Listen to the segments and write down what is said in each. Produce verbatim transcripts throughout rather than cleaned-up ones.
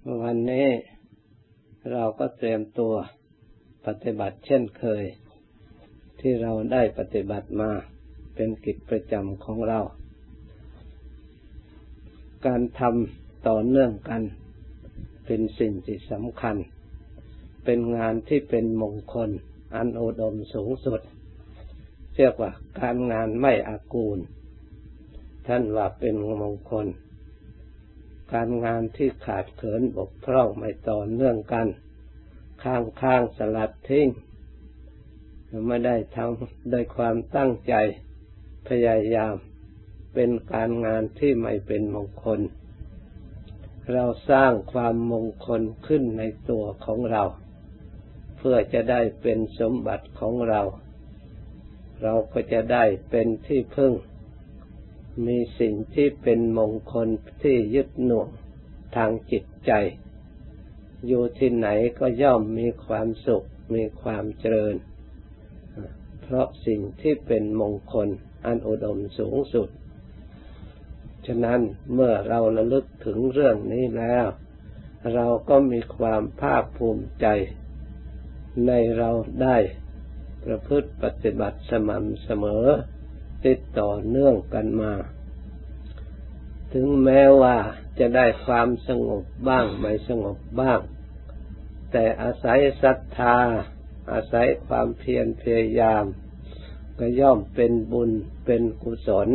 วันนี้เราก็เตรียมตัวปฏิบัติเช่นเคยที่เราได้ปฏิบัติมาเป็นกิจประจำของเราการทำต่อเนื่องกันเป็นสิ่งที่สำคัญเป็นงานที่เป็นมงคลอันอุดมสูงสุดเรียกว่าการงานไม่อากูลท่านว่าเป็นมงคลการงานที่ขาดเขินบกพร่องไม่ต่อเนื่องกันข้างข้างสลัดทิ้งไม่ได้ทำด้วยความตั้งใจพยายามเป็นการงานที่ไม่เป็นมงคลเราสร้างความมงคลขึ้นในตัวของเราเพื่อจะได้เป็นสมบัติของเราเราก็จะได้เป็นที่พึ่งมีสิ่งที่เป็นมงคลที่ยึดหน่วงทางจิตใจอยู่ที่ไหนก็ย่อมมีความสุขมีความเจริญเพราะสิ่งที่เป็นมงคลอันอุดมสูงสุดฉะนั้นเมื่อเราระลึกถึงเรื่องนี้แล้วเราก็มีความภาคภูมิใจในเราได้ประพฤติปฏิบัติสม่ำเสมอติดต่อเนื่องกันมาถึงแม้ว่าจะได้ความสงบบ้างไม่สงบบ้างแต่อาศัยศรัทธาอาศัยความเพียรพยายามก็ย่อมเป็นบุญเป็นกุศล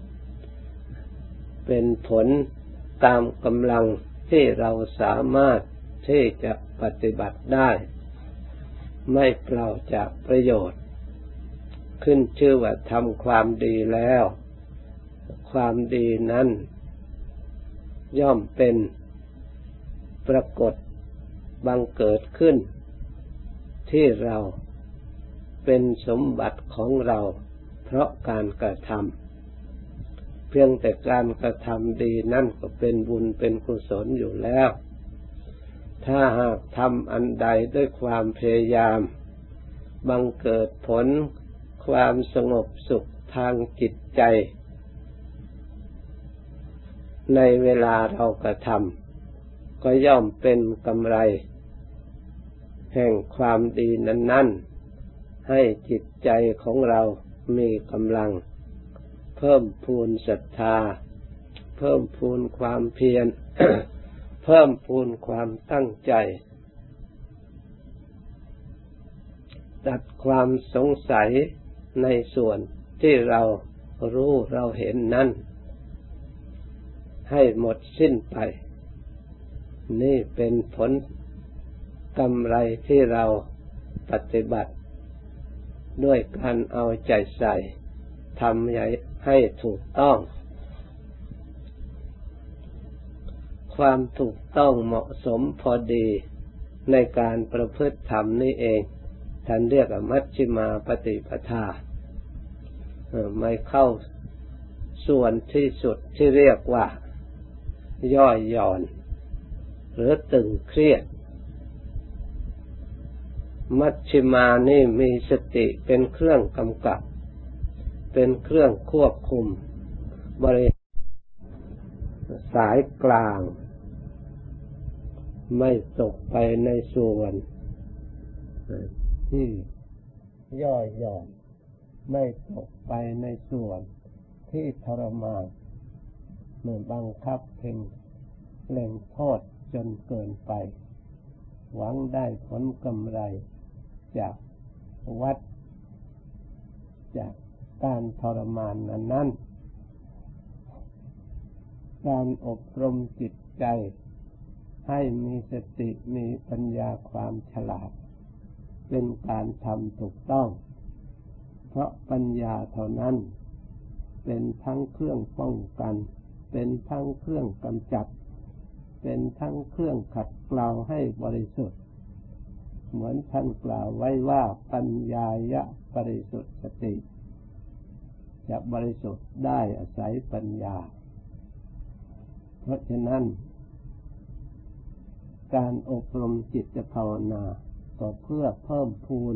เป็นผลตามกำลังที่เราสามารถที่จะปฏิบัติได้ไม่เปล่าจากประโยชน์ขึ้นชื่อว่าทำความดีแล้วความดีนั้นย่อมเป็นปรากฏบังเกิดขึ้นที่เราเป็นสมบัติของเราเพราะการกระทำเพียงแต่การกระทำดีนั่นก็เป็นบุญเป็นกุศลอยู่แล้วถ้าหากทำอันใดด้วยความพยายามบังเกิดผลความสงบสุขทางจิตใจในเวลาเรากระทำก็ย่อมเป็นกำไรแห่งความดีนั้นๆให้จิตใจของเรามีกำลังเพิ่มพูนศรัทธาเพิ่มพูนความเพียร เพิ่มพูนความตั้งใจตัดความสงสัยในส่วนที่เรารู้เราเห็นนั้นให้หมดสิ้นไปนี่เป็นผลกำไรที่เราปฏิบัติด้วยการเอาใจใส่ทำให้ถูกต้องความถูกต้องเหมาะสมพอดีในการประพฤติธรรมนี่เองท่านเรียกว่ามัชฌิมาปฏิปทาไม่เข้าส่วนที่สุดที่เรียกว่าย่อหย่อนหรือตึงเครียดมัชฌิมานี่มีสติเป็นเครื่องกำกับเป็นเครื่องควบคุมบริสายกลางไม่ตกไปในส่วนที่ย่อหย่อนไม่ตกไปในส่วนที่ทรมานเหมือนบังคับเพ่งเล็งโทษจนเกินไปหวังได้ผลกำไรจากวัดจากการทรมานนั้นๆการอบรมจิตใจให้มีสติมีปัญญาความฉลาดเป็นการทำถูกต้องเพราะปัญญาเท่านั้นเป็นทั้งเครื่องป้องกันเป็นทั้งเครื่องกำจัดเป็นทั้งเครื่องขัดเกลาให้บริสุทธิ์เหมือนท่านกล่าวไว้ว่าปัญญายะบริสุทธิ์สติจะบริสุทธิ์ได้อาศัยปัญญาเพราะฉะนั้นการอบรมจิตภาวนาก็เพื่อเพิ่มพูน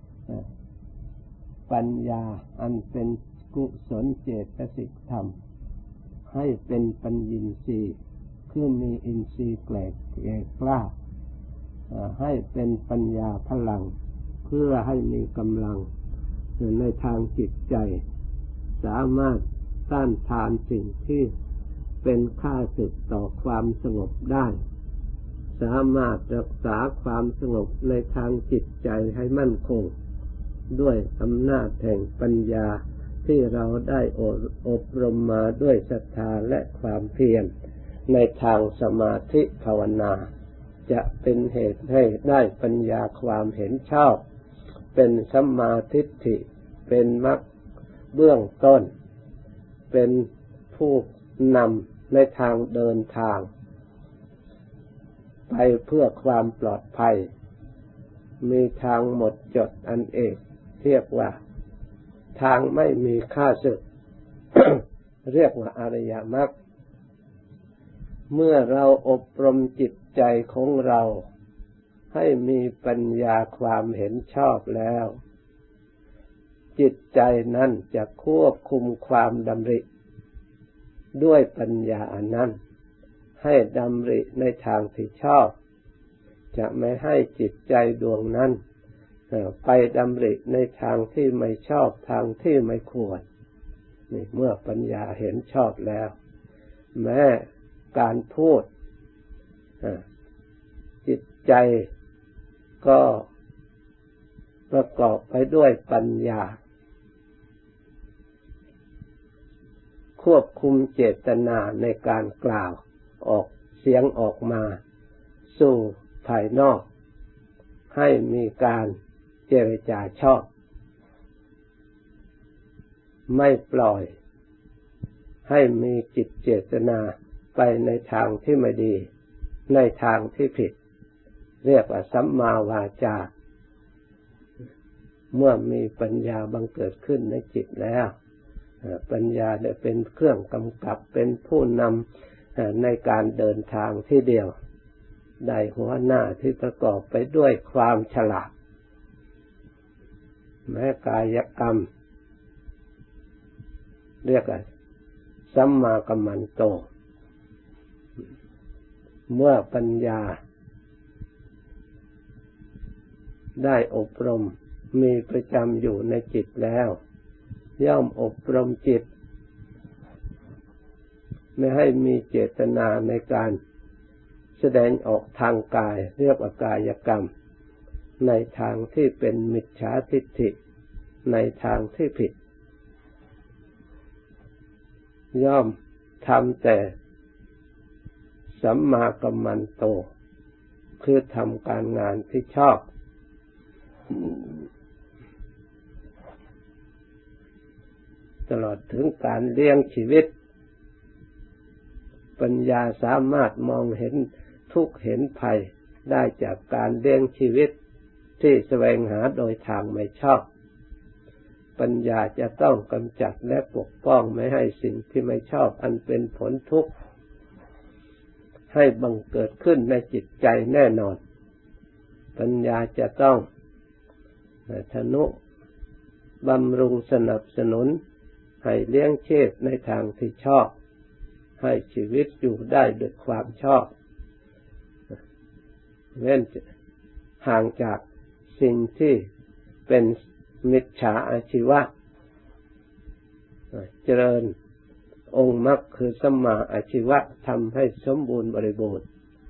ปัญญาอันเป็นกุศลเจตสิกธรรมให้เป็นปัญญีสีคคือมีอินทรีย์แก่กล้าให้เป็นปัญญาพลังเพื่อให้มีกำลังในทางจิตใจสามารถต้านทานสิ่งที่เป็นข้าศึกต่อความสงบได้สามารถรักษาความสงบในทางจิตใจให้มั่นคงด้วยอำนาจแห่งปัญญาที่เราได้อบรมมาด้วยศรัทธาและความเพียรในทางสมาธิภาวนาจะเป็นเหตุให้ได้ปัญญาความเห็นชอบเป็นสัมมาทิฏฐิเป็นมรรคเบื้องต้นเป็นผู้นำในทางเดินทางไปเพื่อความปลอดภัยมีทางหมดจดอันเอกเรียกว่าทางไม่มีข้าศึก เรียกว่าอริยมรรคเมื่อเราอบรมจิตใจของเราให้มีปัญญาความเห็นชอบแล้วจิตใจนั้นจะควบคุมความดำริด้วยปัญญาอันนั้นให้ดำริในทางที่ชอบจะไม่ให้จิตใจดวงนั้นไปดำริในทางที่ไม่ชอบทางที่ไม่ควรนี่เมื่อปัญญาเห็นชอบแล้วแม้การพูดจิตใจก็ประกอบไปด้วยปัญญาควบคุมเจตนาในการกล่าวออกเสียงออกมาสู่ภายนอกให้มีการเจรจาชอบไม่ปล่อยให้มีจิตเจตนาไปในทางที่ไม่ดีในทางที่ผิดเรียกว่าสัมมาวาจาเมื่อมีปัญญาบังเกิดขึ้นในจิตแล้วปัญญาได้เป็นเครื่องกำกับเป็นผู้นำในการเดินทางที่เดียวได้หัวหน้าที่ประกอบไปด้วยความฉลาดแม้กายกรรมเรียกว่าสัมมากัมมันโตเมื่อปัญญาได้อบรมมีประจำอยู่ในจิตแล้วย่อมอบรมจิตไม่ให้มีเจตนาในการแสดงออกทางกายเรียกว่ากายกรรมในทางที่เป็นมิจฉาทิฏฐิในทางที่ผิดย่อมทำแต่สัมมากัมมันโตคือทำการงานที่ชอบตลอดถึงการเลี้ยงชีวิตปัญญาสามารถมองเห็นทุกข์เห็นภัยได้จากการเลี้ยงชีวิตที่แสวงหาโดยทางไม่ชอบปัญญาจะต้องกำจัดและปกป้องไม่ให้สิ่งที่ไม่ชอบอันเป็นผลทุกข์ให้บังเกิดขึ้นในจิตใจแน่นอนปัญญาจะต้องทนุบำรุงสนับสนุนให้เลี้ยงชีพในทางที่ชอบให้ชีวิตอยู่ได้ด้วยความชอบเว้นห่างจากสิ่งที่เป็นมิจฉาอาชีวะเจริญองค์มรรคคือสัมมาอาชีวะทำให้สมบูรณ์บริบูรณ์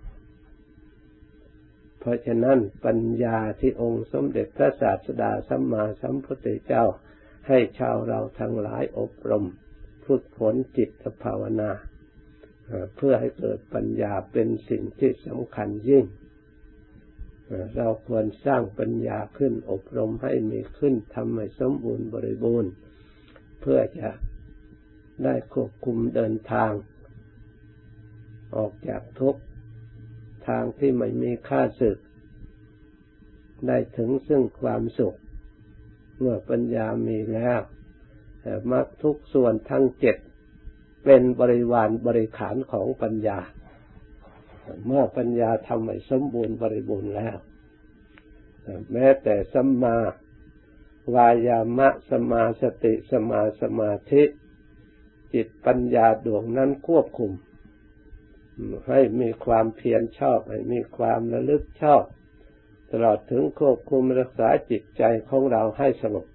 เพราะฉะนั้นปัญญาที่องค์สมเด็จพระศาสดาสัมมาสัมพุทธเจ้าให้ชาวเราทั้งหลายอบรมฝึกฝนจิตภาวนาเพื่อให้เกิดปัญญาเป็นสิ่งที่สำคัญยิ่งเราควรสร้างปัญญาขึ้นอบรมให้มีขึ้นทำให้สมบูรณ์บริบูรณ์เพื่อจะได้ควบคุมเดินทางออกจากทุกข์ทางที่ไม่มีข้าศึกได้ถึงซึ่งความสุขเมื่อปัญญามีแล้วมรรคทุกส่วนทั้งเจ็ดเป็นบริวารบริขารของปัญญาเมื่อปัญญาทำให้สมบูรณ์บริบูรณ์แล้วแม้แต่สัมมาวายามะสมาสติสมาสมาธิจิตปัญญาดวงนั้นควบคุมให้มีความเพียรชอบให้มีความระลึกชอบตลอดถึงควบคุมรักษาจิตใจของเราให้สงบ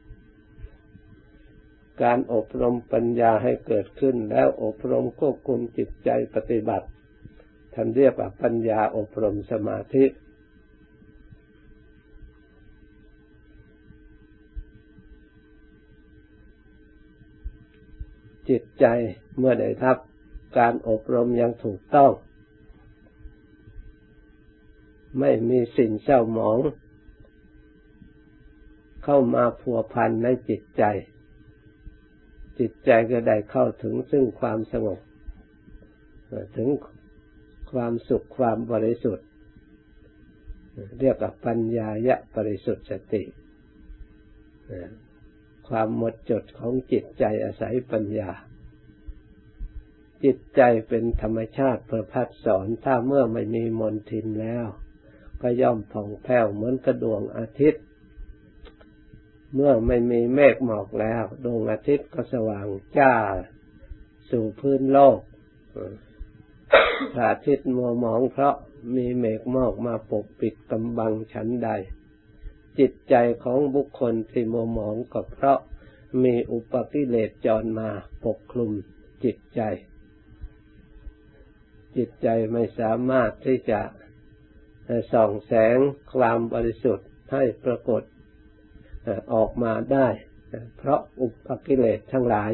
การอบรมปัญญาให้เกิดขึ้นแล้วอบรมควบคุมจิตใจปฏิบัติท่านเรียกว่าปัญญาอบรมสมาธิจิตใจเมื่อได้รับการอบรมอย่างถูกต้องไม่มีสิ่งเศร้าหมองเข้ามาพัวพันในจิตใจจิตใจก็ได้เข้าถึงซึ่งความสงบถึงความสุขความบริสุทธิ์เรียกว่าปัญญายะบริสุทธิ์สติความหมดจดของจิตใจอาศัยปัญญาจิตใจเป็นธรรมชาติประพัดสอนถ้าเมื่อไม่มีมลทินแล้วก็ย่อมผ่องแผ้วเหมือนกระดวงอาทิตย์เมื่อไม่มีเมฆหมอกแล้วดวงอาทิตย์ก็สว่างจ้าสู่พื้นโลกพระอาทิตย์มัวหมองเพราะมีเมฆหมอกมาปกปิดกำบังฉันใดจิตใจของบุคคลที่มัวหมองก็เพราะมีอุปกิเลสจรมาปกคลุมจิตใจจิตใจไม่สามารถที่จะส่องแสงความบริสุทธิ์ให้ปรากฏออกมาได้เพราะอุปกิเลสทั้งหลาย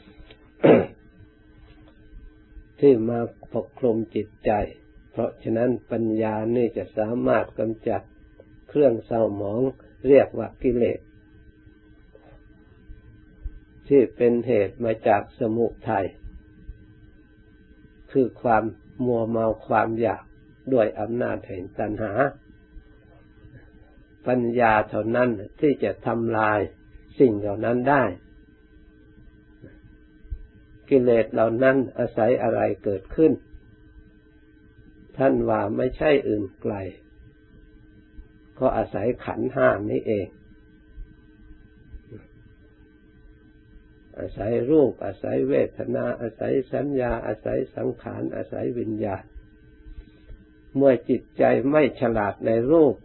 ที่มาปกคลุมจิตใจเพราะฉะนั้นปัญญานี่จะสามารถกำจัดเครื่องเศร้าหมองเรียกว่ากิเลสที่เป็นเหตุมาจากสมุทัยคือความมัวเมาความอยากด้วยอำนาจแห่งตัณหาปัญญาเท่านั้นที่จะทำลายสิ่งเหล่านั้นได้กิเลสเหล่านั้นอาศัยอะไรเกิดขึ้นท่านว่าไม่ใช่อื่นไกลก็อาศัยขันธ์ห้านี้เองอาศัยรูปอาศัยเวทนาอาศัยสัญญาอาศัยสังขารอาศัยวิญญาณเมื่อจิตใจไม่ฉลาดในรูป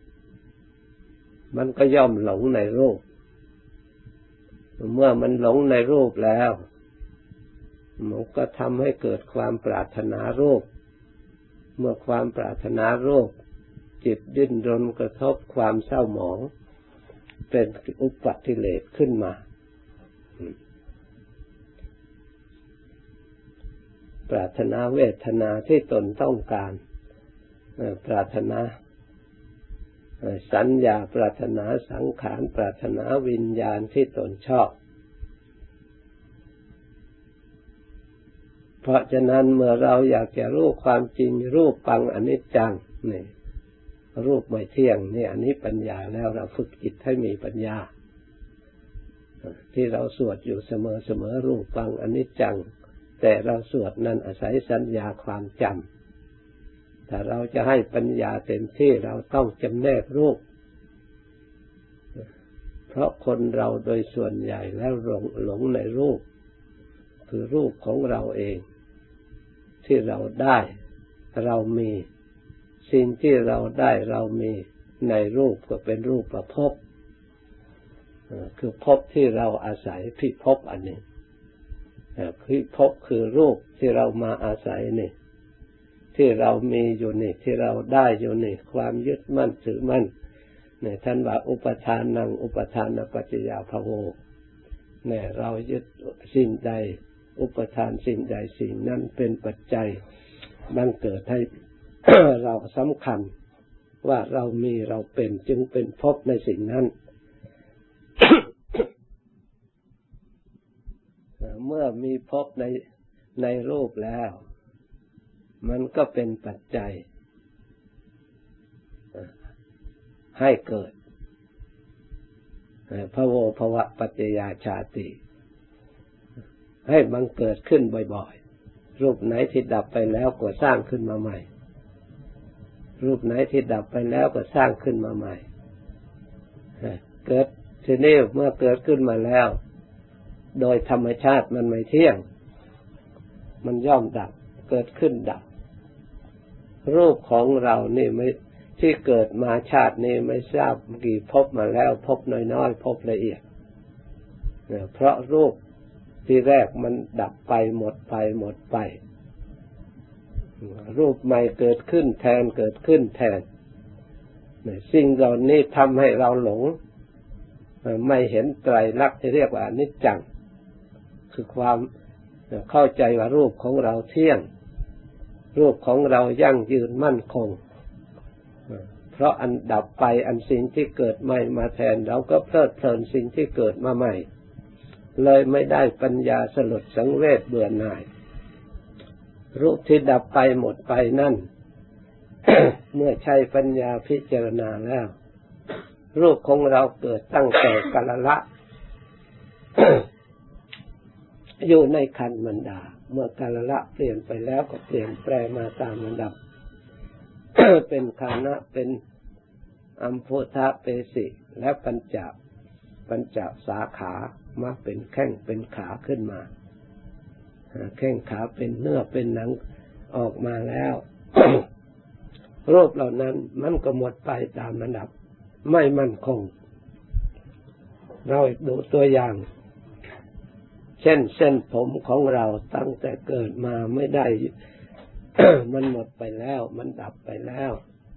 มันก็ย่อมหลงในรูปเมื่อมันหลงในรูปแล้วมันก็ทำให้เกิดความปรารถนารูปเมื่อความปรารถนารูปจิตดิ้นรนกระทบความเศร้าหมองเป็นอุปกิเลสขึ้นมาปรารถนาเวทนาที่ตนต้องการปรารถนาสัญญาปรารถนาสังขารปรารถนาวิญญาณที่ตนชอบเพราะฉะนั้นเมื่อเราอยากจะรู้ความจริงรูปปังอนิจจังนี่รูปไม่เที่ยงนี่อันนี้ปัญญาแล้วเราฝึกจิตให้มีปัญญาที่เราสวดอยู่เสมอๆรูปปังอนิจจังแต่เราสวดนั้นอาศัยสัญญาความจำถ้าเราจะให้ปัญญาเต็มที่เราต้องจำแนกรูปเพราะคนเราโดยส่วนใหญ่แล้วหลงหลงในรูปคือรูปของเราเองที่เราได้เรามีสิ่งที่เราได้เรามีในรูปก็เป็นรูปประพบคือภพที่เราอาศัยพิภพอันนี้พิภพคือรูปที่เรามาอาศัยนี่ที่เรามีอยู่นี่ที่เราได้อยู่นี่ความยึดมั่นถือมั่นเนี่ยท่านว่าอุปทานังอุปทานปัจจยาภโวเนี่ยเรายึดสิ่งใดอุปทานสิ่งใดสิ่งนั้นเป็นปัจจัยบังเกิดให้ เราสำคัญว่าเรามีเราเป็นจึงเป็นภพในสิ่งนั้น เมื่อมีภพในในรูปแล้วมันก็เป็นปัจจัยให้เกิดภโวภวะปัจจยาชาติให้บังเกิดขึ้นบ่อยๆรูปไหนที่ดับไปแล้วก็สร้างขึ้นมาใหม่รูปไหนที่ดับไปแล้วก็สร้างขึ้นมาใหม่เกิดทีนี้เมื่อเกิดขึ้นมาแล้ว โดยธรรมชาติมันไม่เที่ยงมันย่อมดับเกิดขึ้นดับรูปของเรานี่ไม่ที่เกิดมาชาตินี้ไม่ทราบกี่ภพมาแล้วภพน้อยๆภพละเอียดเพราะรูปที่แรกมันดับไปหมดไปหมดไปรูปใหม่เกิดขึ้นแทนเกิดขึ้นแทนสิ่งเหล่านี้ทำให้เราหลงไม่เห็นไตรลักษณ์ที่เรียกว่าอนิจจังคือความเข้าใจว่ารูปของเราเที่ยงรูปของเรายั่งยืนมั่นคงเพราะอันดับไปอันสิ่งที่เกิดใหม่มาแทนเราก็เพลิดเพลินสิ่งที่เกิดมาใหม่เลยไม่ได้ปัญญาสลดสังเวชเบื่อหน่ายรูปที่ดับไปหมดไปนั่น เมื่อใช้ปัญญาพิจารณาแล้วรูปของเราเกิดตั้งแต่กาลละ อยู่ในคันมารดาเมื่อกาลละเปลี่ยนไปแล้วก็เปลี่ยนแปลมาตามลำดับ เป็นคานะเป็นอัมพุทะเปสิและปัญจปัญจสาขามาเป็นแข้งเป็นขาขึ้นมาแข้งขาเป็นเนื้อเป็นหนังออกมาแล้ว รูปเหล่านั้นมันก็หมดไปตามลำดับไม่มั่นคงเราดูตัวอย่างเช่นเส้นผมของเราตั้งแต่เกิดมาไม่ได้ มันหมดไปแล้วมันดับไปแล้ว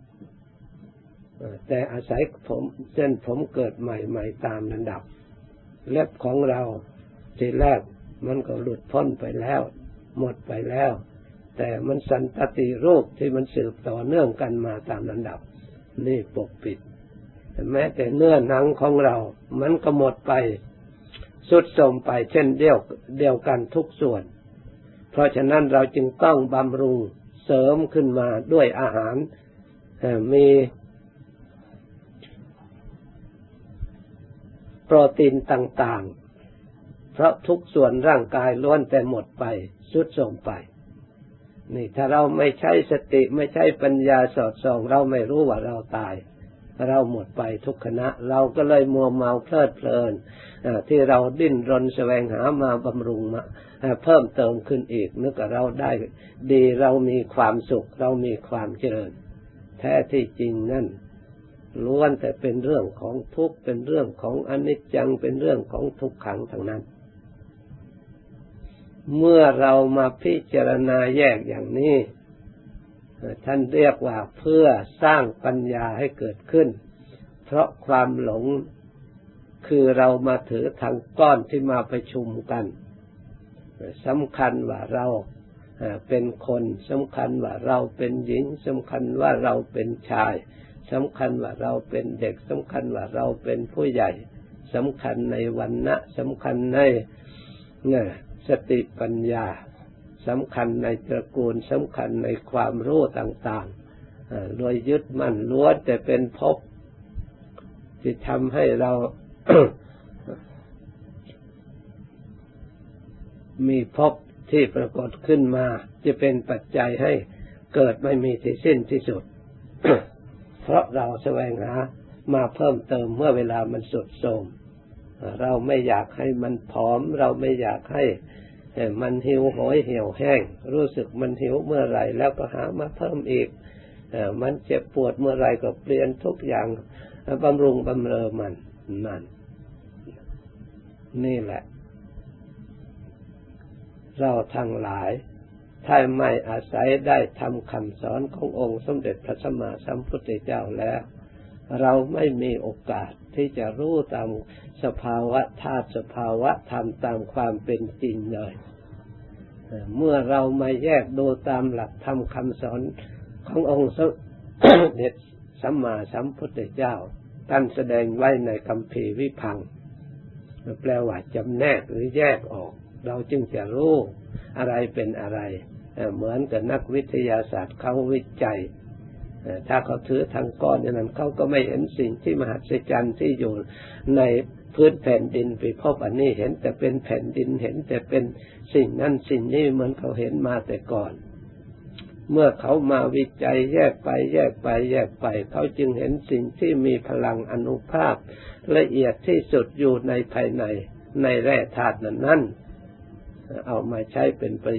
แต่อาศัยผมเส้นผมเกิดใหม่ๆตามลำดับเล็บของเราทีแรกมันก็หลุดพ้นไปแล้วหมดไปแล้วแต่มันสันตติรูปที่มันสืบต่อเนื่องกันมาตามลำดับนี่ปกปิดแม้แต่เนื้อหนังของเรามันก็หมดไปทรุดโทรมไปเช่นเดียวเดียวกันทุกส่วนเพราะฉะนั้นเราจึงต้องบำรุงเสริมขึ้นมาด้วยอาหารมีโปรตีนต่างๆเพราะทุกส่วนร่างกายล้วนแต่หมดไปทรุดโทรมไปนี่ถ้าเราไม่ใช้สติไม่ใช้ปัญญาสอดส่องเราไม่รู้ว่าเราตายเราหมดไปทุกขณะเราก็เลยมัวเมาเพลิดเพลินที่เราดิ้นรนแสวงหามาบำรุงมาเพิ่มเติมขึ้นอีกนึกว่าเราได้ดีเรามีความสุขเรามีความเจริญแท้ที่จริงนั่นล้วนแต่เป็นเรื่องของทุกข์เป็นเรื่องของอนิจจังเป็นเรื่องของทุกขังทั้งนั้นเมื่อเรามาพิจารณาแยกอย่างนี้ท่านเรียกว่าเพื่อสร้างปัญญาให้เกิดขึ้นเพราะความหลงคือเรามาถือทางก้อนที่มาประชุมกันสำคัญว่าเราเป็นคนสำคัญว่าเราเป็นหญิงสำคัญว่าเราเป็นชายสำคัญว่าเราเป็นเด็กสำคัญว่าเราเป็นผู้ใหญ่สำคัญในวรรณะสำคัญในเนี่ยสติปัญญาสำคัญในตระกูลสำคัญในความรู้ต่างๆโดยยึดมั่นล้วนแต่เป็นภพที่ทำให้เรา มีภพที่ปรากฏขึ้นมาจะเป็นปัจจัยให้เกิดไม่มีที่สิ้นที่สุด เพราะเราแสวงหามาเพิ่มเติมเมื่อเวลามันสุดโทรมเราไม่อยากให้มันผอมเราไม่อยากให้มันหิวโหยเหี่ยวแห้งรู้สึกมันหิวเมื่อไรแล้วก็หามาเพิ่มอีกมันเจ็บปวดเมื่อไรก็เปลี่ยนทุกอย่างบำรุงบำเรอมันนั่นนี่แหละเราทั้งหลายถ้าไม่อาศัยได้ทำคำสอนขององค์สมเด็จพระสัมมาสัมพุทธเจ้าแล้วเราไม่มีโอกาสที่จะรู้ตามสภาวะธาตุสภาวะธรรมตามความเป็นจริงเลยเมื่อเรามาแยกดูตามหลักธรรมคำสอนขององค์สมเด็จสัมมาสัมพุทธเจ้าท่านแสดงไว้ในคัมภีร์วิพังค์แปลว่าจำแนกหรือแยกออกเราจึงจะรู้อะไรเป็นอะไรเหมือนกับนักวิทยาศาสตร์เขาวิจัยถ้าเขาถือทางก้อนอย่างนั้นเขาก็ไม่เห็นสิ่งที่มหัศจรรย์ที่อยู่ในพื้นแผ่นดินไปพบอันนี้เห็นแต่เป็นแผ่นดินเห็นแต่เป็นสิ่งนั้นสิ่งนี้เหมือนเขาเห็นมาแต่ก่อนเมื่อเขามาวิจัยแยกไปแยกไปแยกไปเขาจึงเห็นสิ่งที่มีพลังอานุภาพละเอียดที่สุดอยู่ในภายในในแร่ธาตุนั้นเอามาใช้เป็นประโยชน์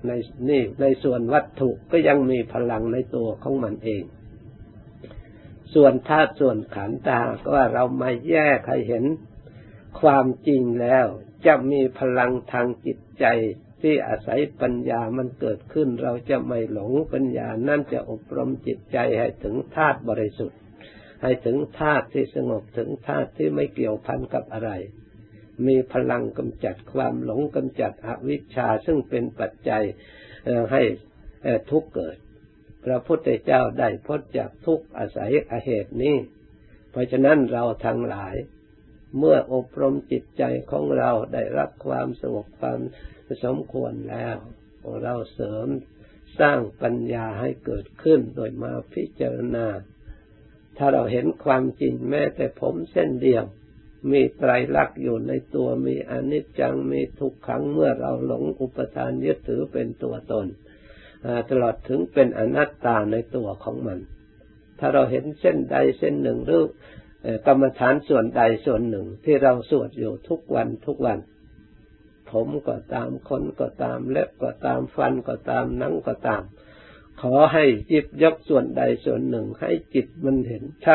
ในนี่ในส่วนวัตถุก็ยังมีพลังในตัวของมันเองส่วนธาตุส่วนขันธ์ตาก็ว่าเรามาแยกให้เห็นความจริงแล้วจะมีพลังทางจิตใจที่อาศัยปัญญามันเกิดขึ้นเราจะไม่หลงปัญญานั่นจะอบรมจิตใจให้ถึงธาตุบริสุทธิ์ให้ถึงธาตุที่สงบถึงธาตุที่ไม่เกี่ยวพันกับอะไรมีพลังกำจัดความหลงกำจัดอวิชชาซึ่งเป็นปัจจัยให้ทุกข์เกิดพระพุทธเจ้าได้พ้นจากทุกข์อาศัยเหตุนี้เพราะฉะนั้นเราทั้งหลายเมื่ออบรมจิตใจของเราได้รับความสงบความสมควรแล้วเราเสริมสร้างปัญญาให้เกิดขึ้นโดยมาพิจารณาถ้าเราเห็นความจริงแม้แต่ผมเส้นเดียวมีไตรลักษณ์อยู่ในตัวมีอนิจจังมีทุกขังเมื่อเราหลงอุปทานยึดถือเป็นตัวตนตลอดถึงเป็นอนัตตาในตัวของมันถ้าเราเห็นเส้นใดเส้นหนึ่งหรือกรรมฐานส่วนใดส่วนหนึ่งที่เราสวดอยู่ทุกวันทุกวันผมก็ตามขนก็ตามเล็บก็ตามฟันก็ตามหนังก็ตามขอให้หยิบยกส่วนใดส่วนหนึ่งให้จิตมันเห็นชัด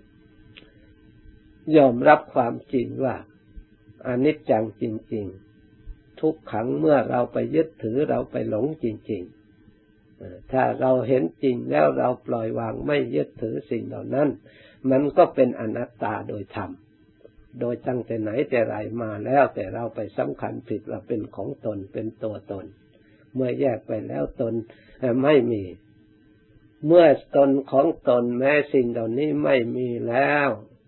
ยอมรับความจริงว่าอนิจจังจริงๆทุกขังเมื่อเราไปยึดถือเราไปหลงจริงๆถ้าเราเห็นจริงแล้วเราปล่อยวางไม่ยึดถือสิ่งเหล่านั้นมันก็เป็นอนัตตาโดยธรรมโดยตั้งแต่ไหนแต่ไรมาแล้วแต่เราไปสำคัญผิดว่าเป็นของตนเป็นตัวตนเมื่อแยกไปแล้วตนไม่มีเมื่อตนของตนแม้สิ่งเหล่านี้ไม่มีแล้ว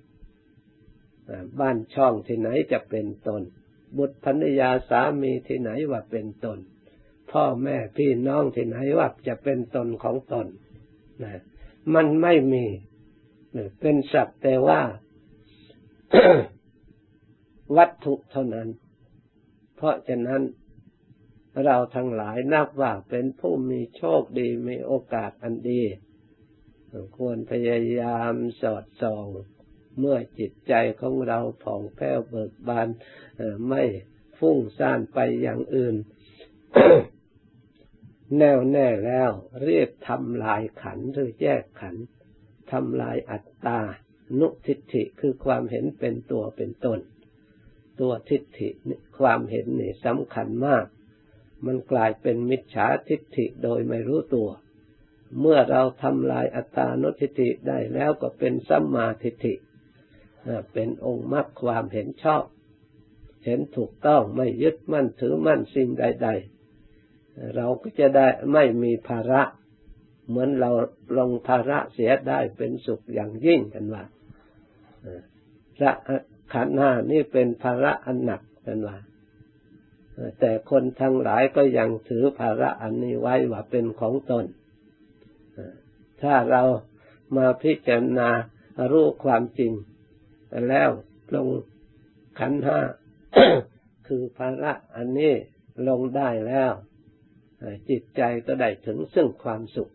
บ้านช่องที่ไหนจะเป็นตนบุตรภรรยาสามีที่ไหนว่าเป็นตนพ่อแม่พี่น้องที่ไหนว่าจะเป็นตนของตนนะมันไม่มีเป็นสักแต่ว่า วัตถุเท่านั้นเพราะฉะนั้นเราทั้งหลายนับว่าเป็นผู้มีโชคดีมีโอกาสอันดีควรพยายามสอดส่องเมื่อจิตใจของเราผ่องแผ้วเบิกบานไม่ฟุ้งซ่านไปอย่างอื่น แน่วแน่แล้วรีบทำลายขันธ์หรือแยกขันธ์ทำลายอัตตานุทิฏฐิคือความเห็นเป็นตัวเป็นตนตัวทิฏฐิความเห็นนี่สำคัญมากมันกลายเป็นมิจฉาทิฏฐิโดยไม่รู้ตัวเมื่อเราทำลายอัตตานุทิฏฐิได้แล้วก็เป็นสัมมาทิฏฐิเป็นองค์มรรคความเห็นชอบเห็นถูกต้องไม่ยึดมั่นถือมั่นสิ่งใดๆเราก็จะได้ไม่มีภาระเหมือนเราลงภาระเสียได้เป็นสุขอย่างยิ่งกันว่าพระขันธ์ห้านี่เป็นภาระอันหนักกันว่าแต่คนทั้งหลายก็ยังถือภาระอันนี้ไว้ว่าเป็นของตนถ้าเรามาพิจารณารู้ความจริงแล้วลงขันธ์ห้า คือภาระอันนี้ลงได้แล้วจิตใจก็ได้ถึงซึ่งความสุข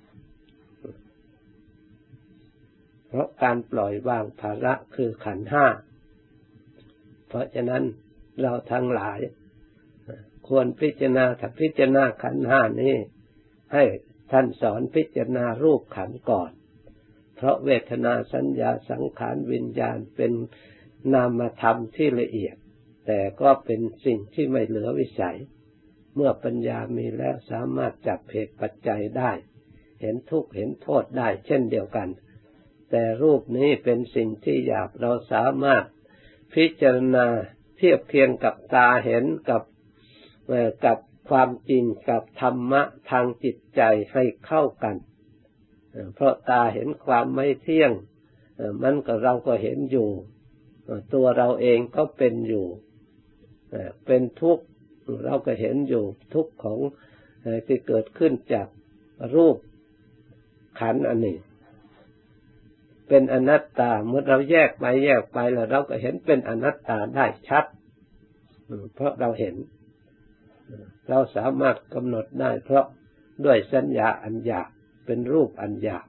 เพราะการปล่อยวางภาระคือขันธ์ห้าเพราะฉะนั้นเราทั้งหลายควรพิจารณาถ้าพิจารณาขันธ์ห้านี้ให้ท่านสอนพิจารณารูปขันธ์ก่อนเพราะเวทนาสัญญาสังขารวิญญาณเป็นนามธรรมที่ละเอียดแต่ก็เป็นสิ่งที่ไม่เหลือวิสัยเมื่อปัญญามีแล้วสามารถจับเหตุปัจจัยได้เห็นทุกข์เห็นโทษได้เช่นเดียวกันแต่รูปนี้เป็นสิ่งที่หยาบเราสามารถพิจารณาเทียบเคียงกับตาเห็นกับกับความจริงกับธรรมะทางจิตใจให้เข้ากันเพราะตาเห็นความไม่เที่ยงมันก็เราก็เห็นอยู่ตัวเราเองก็เป็นอยู่เป็นทุกข์เราก็เห็นอยู่ทุกข์ของที่เกิดขึ้นจากรูปขันธ์อันนี้เป็นอนัตตาเมื่อเราแยกไปแยกไปแล้วเราก็เห็นเป็นอนัตตาได้ชัดเพราะเราเห็นเราสามารถกำหนดได้เพราะด้วยสัญญาอันหยาบเป็นรูปอันหยาบ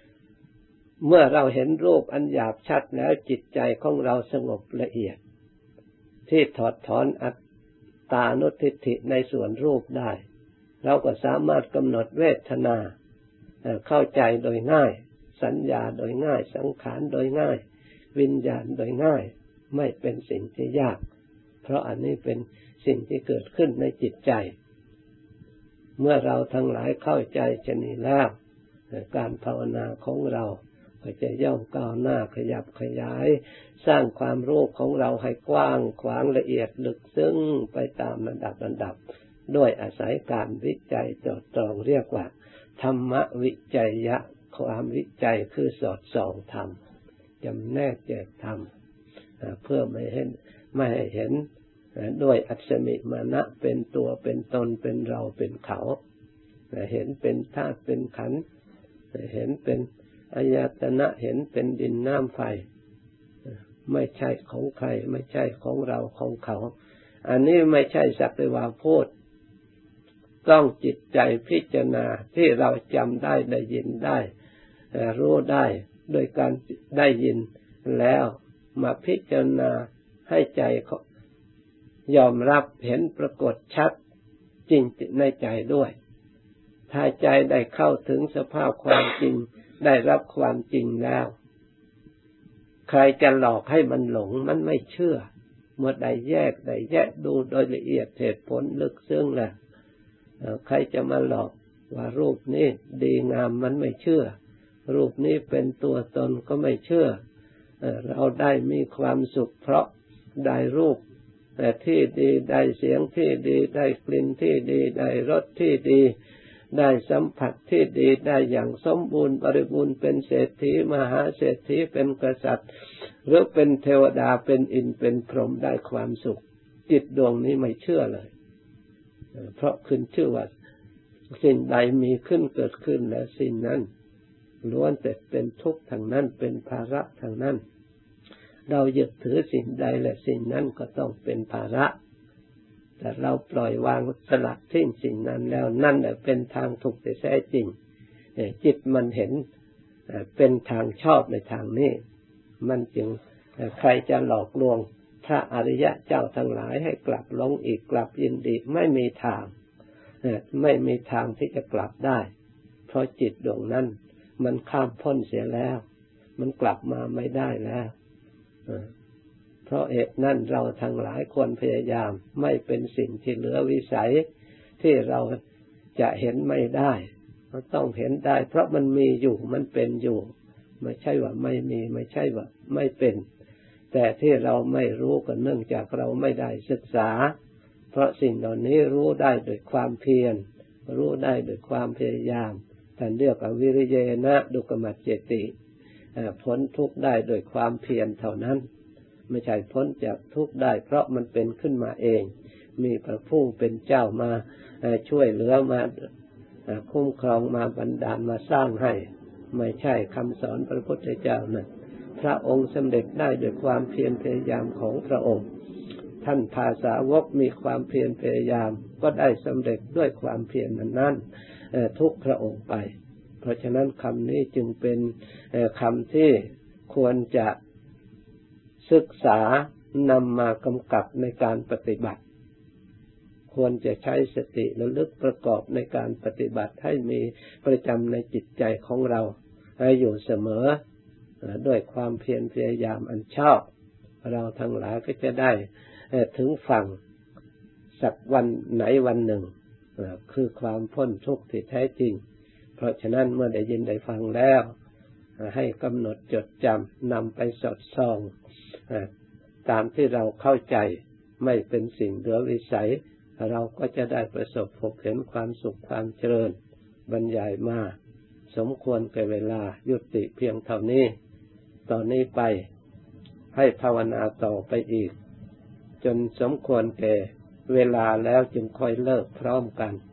เมื่อเราเห็นรูปอันหยาบชัดแล้วจิตใจของเราสงบละเอียดที่ถอดถอนอัตตานุทิฏฐิในส่วนรูปได้เราก็สามารถกำหนดเวทนาเข้าใจโดยง่ายสัญญาโดยง่ายสังขารโดยง่ายวิญญาณโดยง่ายไม่เป็นสิ่งที่ยากเพราะอันนี้เป็นสิ่งที่เกิดขึ้นในจิตใจเมื่อเราทั้งหลายเข้าใจเช่นนี้แล้วการภาวนาของเราก็จะย่อมก้าวหน้าขยับขยายสร้างความรู้ของเราให้กว้างขวางละเอียดลึกซึ้งไปตามระดับระดับด้วยอาศัยการวิจัยจดตรองเรียกว่าธรรมวิจัยยะความวิจัยคือสอดส่องธรรมจำแนกแจกธรรมเพื่อไม่เห็นไม่ให้เห็นด้วยอัศมิมานะเป็นตัวเป็นตนเป็นเราเป็นเขาเห็นเป็นธาตุเป็นขันธ์เห็นเป็นอายตนะเห็นเป็นดินน้ำไฟไม่ใช่ของใครไม่ใช่ของเราของเขาอันนี้ไม่ใช่สักแต่ว่าพูดต้องจิตใจพิจารณาที่เราจำได้ได้ยินได้รู้ได้โดยการได้ยินแล้วมาพิจารณาให้ใจยอมรับเห็นปรากฏชัดจริงในใจด้วยถ้าใจได้เข้าถึงสภาพความจริงได้รับความจริงแล้วใครจะหลอกให้มันหลงมันไม่เชื่อเมื่อได้แยกได้แยกดูโดยละเอียดเหตุผลลึกซึ้งแล้วใครจะมาหลอกว่ารูปนี้ดีงามมันไม่เชื่อรูปนี้เป็นตัวตนก็ไม่เชื่อเราได้มีความสุขเพราะได้รูปแต่ที่ดีได้เสียงที่ดีได้กลิ่นที่ดีได้รสที่ดีได้สัมผัสที่ดีได้อย่างสมบูรณ์บริบูรณ์เป็นเศรษฐีมหาเศรษฐีเป็นกษัตริย์หรือเป็นเทวดาเป็นอินทร์เป็นพรหมได้ความสุขจิตดวงนี้ไม่เชื่อเลยเพราะขึ้นชื่อว่าสิ่งใดมีขึ้นเกิดขึ้นแล้วสิ่งนั้นล้วนแต่เป็นทุกข์ทางนั้นเป็นภาระทางนั้นเรายึดถือสิ่งใดและสิ่งนั้นก็ต้องเป็นภาระแต่เราปล่อยวางสลัดทิ้งสิ่งนั้นแล้วนั่นแหละเป็นทางถูกแต่แท้จริงจิตมันเห็นเป็นทางชอบในทางนี้มันจึงใครจะหลอกลวงพระอริยะเจ้าทั้งหลายให้กลับหลงอีกกลับยินดีไม่มีทางไม่มีทางที่จะกลับได้เพราะจิตดวงนั้นมันข้ามพ้นเสียแล้วมันกลับมาไม่ได้แล้วเพราะเหตุนั้นเราทั้งหลายควรพยายามไม่เป็นสิ่งที่เหลือวิสัยที่เราจะเห็นไม่ได้เราต้องเห็นได้เพราะมันมีอยู่มันเป็นอยู่ไม่ใช่ว่าไม่มีไม่ใช่ว่าไม่เป็นแต่ที่เราไม่รู้ก็เนื่องจากเราไม่ได้ศึกษาเพราะสิ่งเหล่านี้รู้ได้โดยความเพียรรู้ได้โดยความพยายามท่านเรียกว่าวิริยนะดุกมัจเจติพ้นทุกข์ได้โดยความเพียรเท่านั้นไม่ใช่พ้นจากทุกข์ได้เพราะมันเป็นขึ้นมาเองมีพระผู้เป็นเจ้ามาช่วยเหลือมาคุ้มครองมาบันดาลมาสร้างให้ไม่ใช่คำสอนพระพุทธเจ้านั้นพระองค์สำเร็จได้โดยความเพียรพยายามของพระองค์ท่านภาษาวกมีความเพียรพยายามก็ได้สำเร็จด้วยความเพียรนั้นทุกพระองค์ไปเพราะฉะนั้นคำนี้จึงเป็นคำที่ควรจะศึกษานำมากำกับในการปฏิบัติควรจะใช้สติระลึกประกอบในการปฏิบัติให้มีประจำในจิตใจของเราให้อยู่เสมอด้วยความเพียรพยายามอันชอบเราทั้งหลายก็จะได้ถึงฝั่งสักวันไหนวันหนึ่งคือความพ้นทุกข์ที่แท้จริงเพราะฉะนั้นเมื่อได้ยินได้ฟังแล้วให้กำหนดจดจำนำไปสอดส่องตามที่เราเข้าใจไม่เป็นสิ่งเหลือวิสัยเราก็จะได้ประสบพบเห็นความสุขความเจริญบรรยายมาสมควรแก่เวลายุติเพียงเท่านี้ตอนนี้ไปให้ภาวนาต่อไปอีกจนสมควรแก่เวลาแล้วจึงค่อยเลิกพร้อมกัน